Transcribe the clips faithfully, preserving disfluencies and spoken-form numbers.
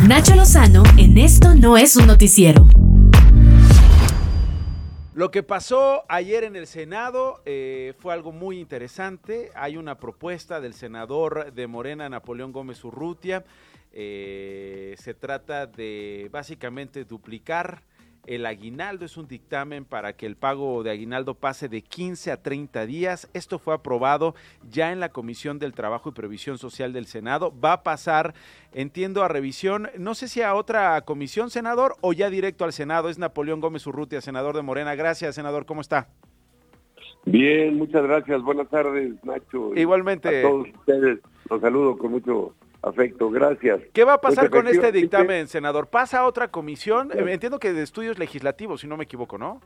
Nacho Lozano en Esto No Es un Noticiero. Lo que pasó ayer en el Senado eh, fue algo muy interesante. Hay una propuesta del senador de Morena, Napoleón Gómez Urrutia. Eh, se trata de básicamente duplicar el aguinaldo. Es un dictamen para que el pago de aguinaldo pase de quince a treinta días. Esto fue aprobado ya en la Comisión del Trabajo y Previsión Social del Senado. Va a pasar, entiendo, a revisión, no sé si a otra comisión, senador, o ya directo al Senado. Es Napoleón Gómez Urrutia, senador de Morena. Gracias, senador. ¿Cómo está? Bien, muchas gracias. Buenas tardes, Nacho. Igualmente. A todos ustedes los saludo con mucho afecto, gracias. ¿Qué va a pasar pues, con este dictamen, senador? ¿Pasa a otra comisión? Sí. Entiendo que de estudios legislativos, si no me equivoco, ¿no?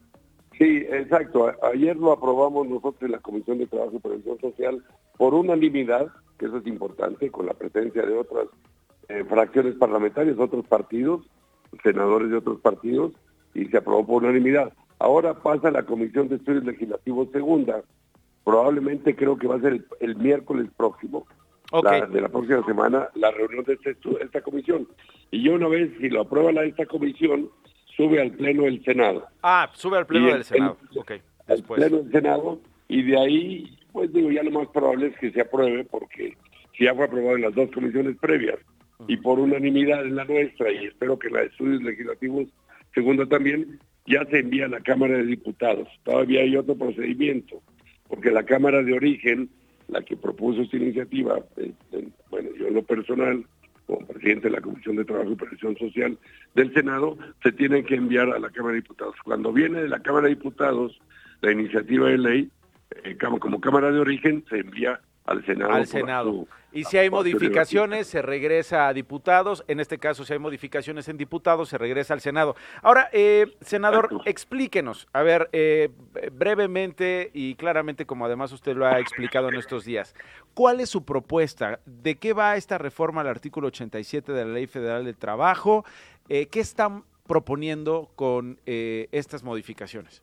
Sí, exacto. Ayer lo aprobamos nosotros en la Comisión de Trabajo y Previsión Social por unanimidad, que eso es importante, con la presencia de otras eh, fracciones parlamentarias, otros partidos, senadores de otros partidos, y se aprobó por unanimidad. Ahora pasa a la Comisión de Estudios Legislativos segunda, probablemente creo que va a ser el, el miércoles próximo. Okay. La, de la próxima semana, la reunión de este, esta comisión. Y yo una vez, si lo aprueba la, esta comisión, sube al Pleno del Senado. Ah, sube al Pleno el, del Senado. El, okay. Después. Al Pleno del Senado, y de ahí, pues digo, ya lo más probable es que se apruebe, porque si ya fue aprobado en las dos comisiones previas, uh-huh. y por unanimidad en la nuestra, y espero que la de Estudios Legislativos, segunda también, ya se envía a la Cámara de Diputados. Todavía hay otro procedimiento, porque la Cámara de Origen, la que propuso esta iniciativa, eh, eh, bueno, yo en lo personal, como presidente de la Comisión de Trabajo y Previsión Social del Senado, se tienen que enviar a la Cámara de Diputados. Cuando viene de la Cámara de Diputados la iniciativa de ley, eh, como, como Cámara de Origen, se envía al Senado. Al Senado. Su, y si hay modificaciones, se regresa a diputados. En este caso, si hay modificaciones en diputados, se regresa al Senado. Ahora, eh, senador, Exacto. explíquenos, a ver, eh, brevemente y claramente, como además usted lo ha explicado en estos días, ¿cuál es su propuesta? ¿De qué va esta reforma al artículo ochenta y siete de la Ley Federal del Trabajo? Eh, ¿Qué están proponiendo con eh, estas modificaciones?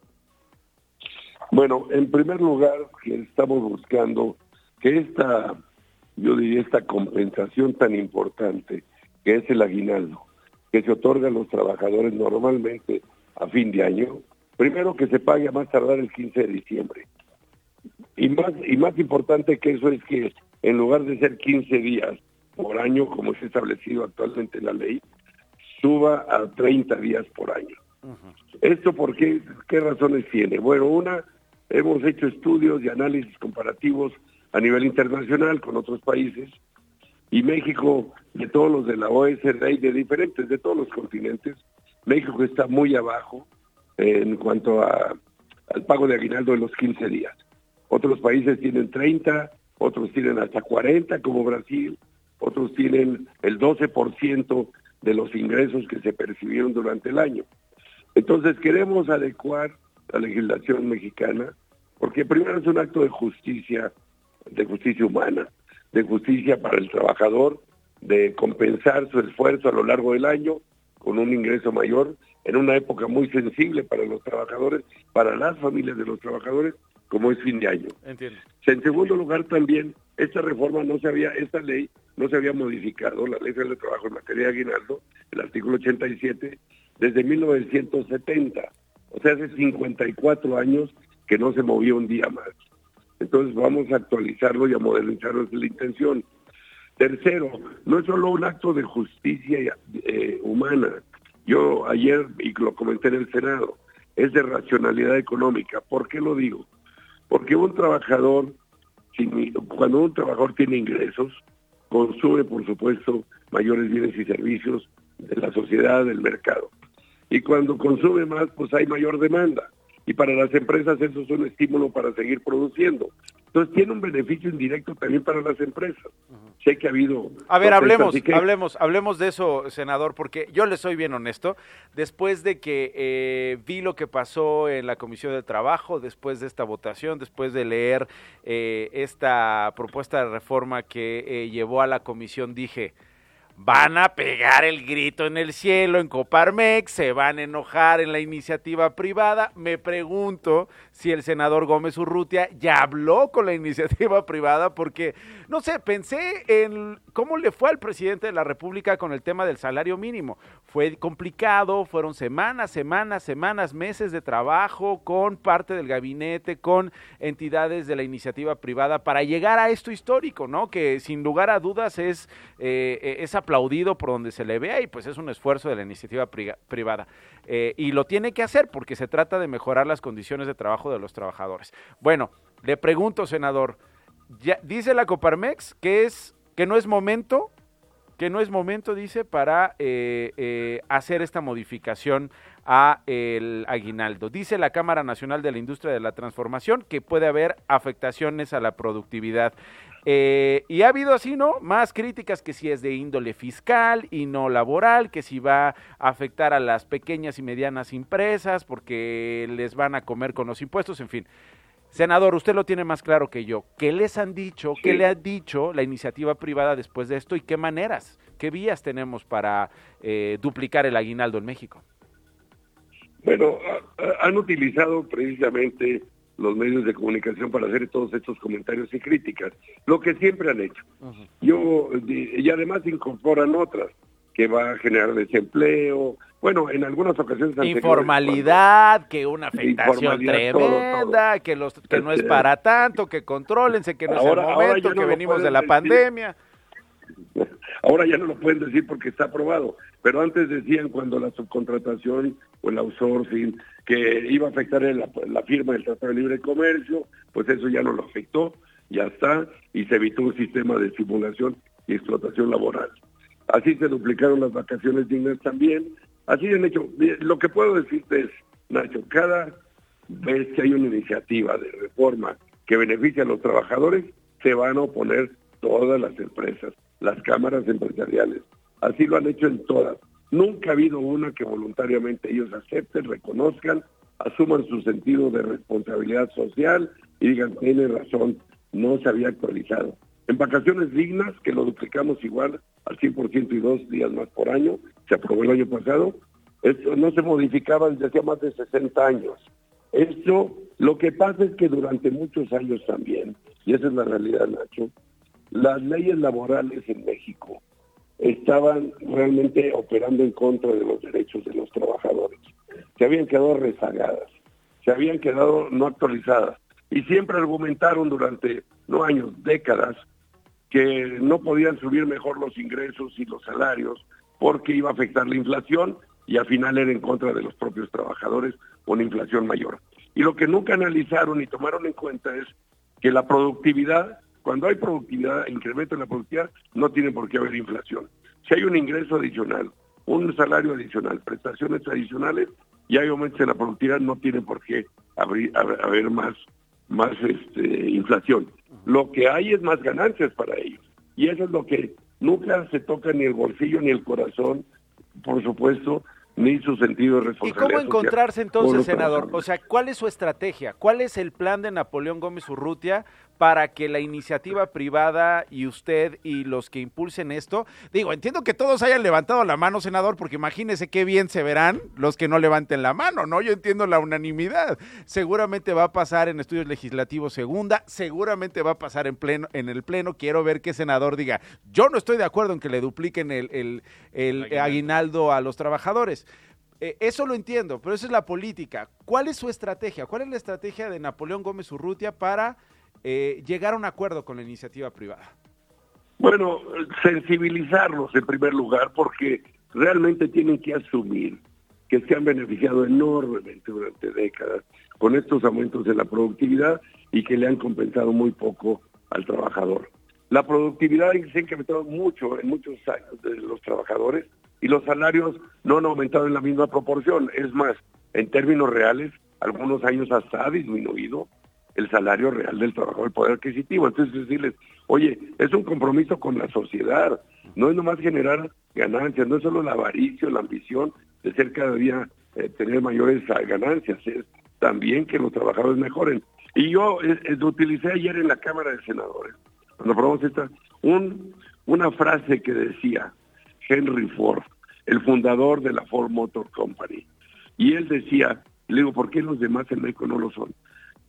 Bueno, en primer lugar, que estamos buscando que esta, yo diría, esta compensación tan importante, que es el aguinaldo, que se otorga a los trabajadores normalmente a fin de año, primero que se pague a más tardar el quince de diciembre. Y más, y más importante que eso es que en lugar de ser quince días por año, como es establecido actualmente en la ley, suba a treinta días por año. Uh-huh. ¿Esto por qué? ¿Qué razones tiene? Bueno, una, hemos hecho estudios y análisis comparativos a nivel internacional con otros países, y México, de todos los de la O E C D y de diferentes, de todos los continentes, México está muy abajo en cuanto a, al pago de aguinaldo de los quince días. Otros países tienen treinta, otros tienen hasta cuarenta, como Brasil, otros tienen el doce por ciento de los ingresos que se percibieron durante el año. Entonces queremos adecuar la legislación mexicana, porque primero es un acto de justicia, de justicia humana, de justicia para el trabajador, de compensar su esfuerzo a lo largo del año con un ingreso mayor, en una época muy sensible para los trabajadores, para las familias de los trabajadores, como es fin de año. Entiendo. En segundo lugar también, esta reforma no se había, esta ley no se había modificado, la Ley Federal de Trabajo en materia de aguinaldo, el artículo ochenta y siete, desde mil novecientos setenta, o sea, hace cincuenta y cuatro años que no se movía un día más. Entonces vamos a actualizarlo y a modernizarlo, es la intención. Tercero, no es solo un acto de justicia eh, humana. Yo ayer, y lo comenté en el Senado, es de racionalidad económica. ¿Por qué lo digo? Porque un trabajador, cuando un trabajador tiene ingresos, consume, por supuesto, mayores bienes y servicios de la sociedad, del mercado. Y cuando consume más, pues hay mayor demanda. Y para las empresas eso es un estímulo para seguir produciendo. Entonces tiene un beneficio indirecto también para las empresas. Uh-huh. Sé que ha habido... A ver, hablemos, que... hablemos, hablemos de eso, senador, porque yo le soy bien honesto. Después de que eh, vi lo que pasó en la Comisión de Trabajo, después de esta votación, después de leer eh, esta propuesta de reforma que eh, llevó a la comisión, dije... Van a pegar el grito en el cielo en Coparmex, se van a enojar en la iniciativa privada. Me pregunto si el senador Gómez Urrutia ya habló con la iniciativa privada, porque, no sé, pensé en cómo le fue al presidente de la República con el tema del salario mínimo. Fue complicado, fueron semanas, semanas, semanas, meses de trabajo con parte del gabinete, con entidades de la iniciativa privada para llegar a esto histórico, ¿no? Que sin lugar a dudas es, eh, es aplaudido por donde se le vea y pues es un esfuerzo de la iniciativa pri- privada. Eh, y lo tiene que hacer porque se trata de mejorar las condiciones de trabajo de los trabajadores. Bueno, le pregunto, senador, ya, dice la Coparmex que, es, que no es momento, que no es momento, dice, para eh, eh, hacer esta modificación a el aguinaldo. Dice la Cámara Nacional de la Industria de la Transformación que puede haber afectaciones a la productividad. Eh, y ha habido así, ¿no? Más críticas que si es de índole fiscal y no laboral, que si va a afectar a las pequeñas y medianas empresas porque les van a comer con los impuestos, en fin. Senador, usted lo tiene más claro que yo. ¿Qué les han dicho, sí. qué le ha dicho la iniciativa privada después de esto y qué maneras, qué vías tenemos para eh, duplicar el aguinaldo en México? Bueno, han utilizado precisamente los medios de comunicación para hacer todos estos comentarios y críticas, lo que siempre han hecho. Uh-huh. Yo y además incorporan otras, que va a generar desempleo, bueno, en algunas ocasiones informalidad, cuando, que una afectación tremenda, todo, todo. que los que no es para tanto, que contrólense, que no ahora, es el momento, que no venimos de la decir. pandemia. Ahora ya no lo pueden decir porque está aprobado, pero antes decían cuando la subcontratación o el outsourcing que iba a afectar la, la firma del Tratado de Libre Comercio, pues eso ya no lo afectó, ya está, y se evitó un sistema de simulación y explotación laboral. Así se duplicaron las vacaciones dignas también, así han hecho. Lo que puedo decirte es, Nacho, cada vez que hay una iniciativa de reforma que beneficia a los trabajadores, se van a oponer todas las empresas, las cámaras empresariales, así lo han hecho en todas. Nunca ha habido una que voluntariamente ellos acepten, reconozcan, asuman su sentido de responsabilidad social y digan, tiene razón, no se había actualizado. En vacaciones dignas, que lo duplicamos igual al cien por ciento y dos días más por año, se aprobó el año pasado, esto no se modificaba desde hacía más de sesenta años. Esto, lo que pasa es que durante muchos años también, y esa es la realidad, Nacho, las leyes laborales en México estaban realmente operando en contra de los derechos de los trabajadores. Se habían quedado rezagadas, se habían quedado no actualizadas, y siempre argumentaron durante, no años, décadas, que no podían subir mejor los ingresos y los salarios porque iba a afectar la inflación y al final era en contra de los propios trabajadores una inflación mayor. Y lo que nunca analizaron y tomaron en cuenta es que la productividad, cuando hay productividad, incremento en la productividad, no tiene por qué haber inflación. Si hay un ingreso adicional, un salario adicional, prestaciones adicionales y hay aumentos en la productividad, no tiene por qué haber, haber más, más este, inflación. Lo que hay es más ganancias para ellos. Y eso es lo que nunca se toca ni el bolsillo ni el corazón, por supuesto, ni su sentido de responsabilidad. ¿Y cómo encontrarse entonces, senador? O sea, ¿cuál es su estrategia? ¿Cuál es el plan de Napoleón Gómez Urrutia para que la iniciativa privada y usted y los que impulsen esto, digo, entiendo que todos hayan levantado la mano, senador, porque imagínese qué bien se verán los que no levanten la mano, ¿no? Yo entiendo la unanimidad. Seguramente va a pasar en estudios legislativos segunda, seguramente va a pasar en pleno, en el pleno. Quiero ver qué senador diga, yo no estoy de acuerdo en que le dupliquen el, el, el, el aguinaldo a los trabajadores. Eh, eso lo entiendo, pero eso es la política. ¿Cuál es su estrategia? ¿Cuál es la estrategia de Napoleón Gómez Urrutia para eh, llegar a un acuerdo con la iniciativa privada? Bueno, sensibilizarlos en primer lugar, porque realmente tienen que asumir que se han beneficiado enormemente durante décadas con estos aumentos de la productividad y que le han compensado muy poco al trabajador. La productividad se ha incrementado mucho en muchos años de los trabajadores y los salarios no han aumentado en la misma proporción. Es más, en términos reales, algunos años hasta ha disminuido el salario real del trabajador, el poder adquisitivo. Entonces decirles, oye, es un compromiso con la sociedad, no es nomás generar ganancias, no es solo la avaricia, la ambición de ser cada día, eh, tener mayores ganancias, es también que los trabajadores mejoren. Y yo eh, eh, utilicé ayer en la Cámara de Senadores, cuando aprobamos esta, un, una frase que decía Henry Ford, el fundador de la Ford Motor Company, y él decía, le digo, ¿por qué los demás en México no lo son?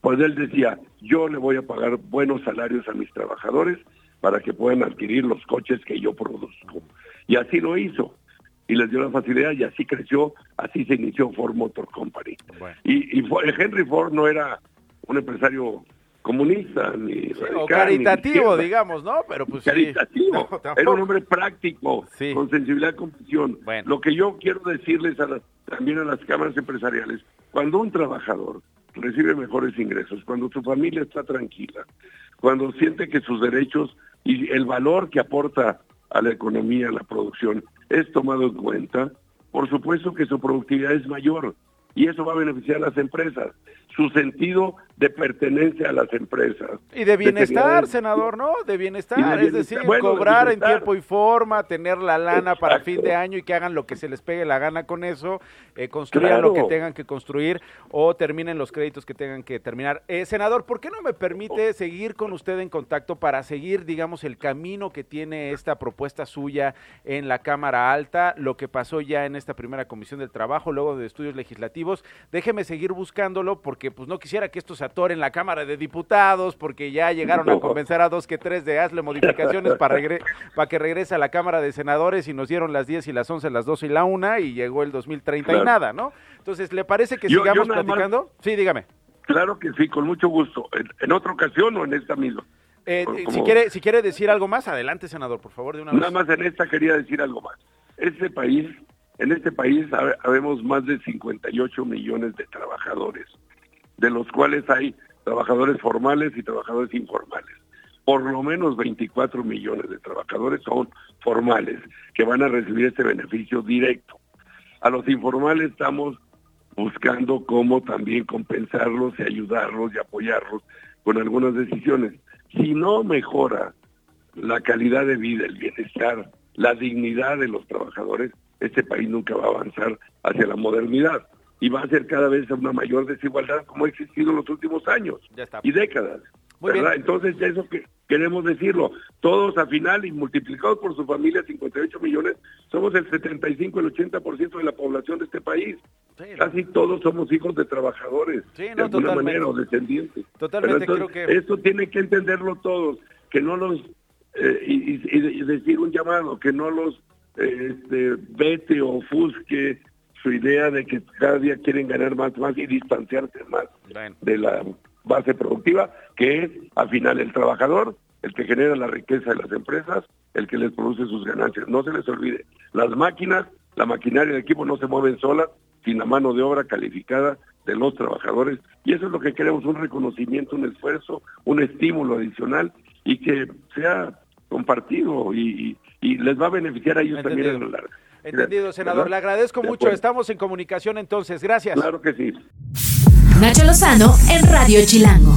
pues él decía, yo le voy a pagar buenos salarios a mis trabajadores para que puedan adquirir los coches que yo produzco. Y así lo hizo, y les dio la facilidad, y así creció, así se inició Ford Motor Company. Bueno. Y, y Henry Ford no era un empresario comunista, ni sí, radical, o caritativo, ni digamos, ¿no? Pero pues caritativo, sí. No, era un hombre práctico, sí. con sensibilidad de compasión. Bueno. Lo que yo quiero decirles a las, también a las cámaras empresariales, cuando un trabajador recibe mejores ingresos, cuando su familia está tranquila, cuando siente que sus derechos y el valor que aporta a la economía, a la producción, es tomado en cuenta, por supuesto que su productividad es mayor, y eso va a beneficiar a las empresas, su sentido de pertenencia a las empresas. Y de bienestar, de senador, ¿no? De bienestar, de bienestar. Es decir, bueno, cobrar en tiempo y forma, tener la lana Exacto. para fin de año y que hagan lo que se les pegue la gana con eso, eh, construyan claro. lo que tengan que construir o terminen los créditos que tengan que terminar. Eh, senador, ¿por qué no me permite seguir con usted en contacto para seguir, digamos, el camino que tiene esta propuesta suya en la Cámara Alta, lo que pasó ya en esta primera Comisión del Trabajo, luego de estudios legislativos? Déjeme seguir buscándolo porque pues no quisiera que esto se atore en la Cámara de Diputados, porque ya llegaron a convencer a dos que tres de hazle modificaciones para, regre para que regrese a la Cámara de Senadores y nos dieron las diez y las once, las doce y la una y llegó el dos mil treinta claro. y nada, ¿no? Entonces, ¿le parece que yo, sigamos yo platicando? Más, sí, dígame. Claro que sí, con mucho gusto. ¿En, en otra ocasión o en esta misma? Eh, Como... si, quiere, si quiere decir algo más, adelante, senador, por favor, de una vez. Nada más en esta quería decir algo más. Este país, en este país habemos más de cincuenta y ocho millones de trabajadores, de los cuales hay trabajadores formales y trabajadores informales. Por lo menos veinticuatro millones de trabajadores son formales, que van a recibir este beneficio directo. A los informales estamos buscando cómo también compensarlos y ayudarlos y apoyarlos con algunas decisiones. Si no mejora la calidad de vida, el bienestar, la dignidad de los trabajadores, este país nunca va a avanzar hacia la modernidad. Y va a ser cada vez una mayor desigualdad como ha existido en los últimos años y décadas. Muy ¿verdad? Bien. Entonces, eso que queremos decirlo. Todos al final y multiplicados por su familia, cincuenta y ocho millones, somos el setenta y cinco, el ochenta por ciento de la población de este país. Sí, Casi no. todos somos hijos de trabajadores, sí, no, de alguna totalmente. manera, o descendientes. Totalmente, entonces, creo que... Esto tiene que entenderlo todos, que no los... Eh, y, y, y decir un llamado, que no los eh, este, vete o ofusque su idea de que cada día quieren ganar más, más y distanciarse más bueno. de la base productiva, que es al final el trabajador, el que genera la riqueza de las empresas, el que les produce sus ganancias. No se les olvide, las máquinas, la maquinaria del equipo no se mueven solas, sin la mano de obra calificada de los trabajadores, y eso es lo que queremos, un reconocimiento, un esfuerzo, un estímulo adicional, y que sea compartido, y, y, y les va a beneficiar a ellos Entendido. también en la larga. Entendido, senador. ¿verdad? Le agradezco de mucho. Acuerdo. Estamos en comunicación entonces. Gracias. Claro que sí. Nacho Lozano en Radio Chilango.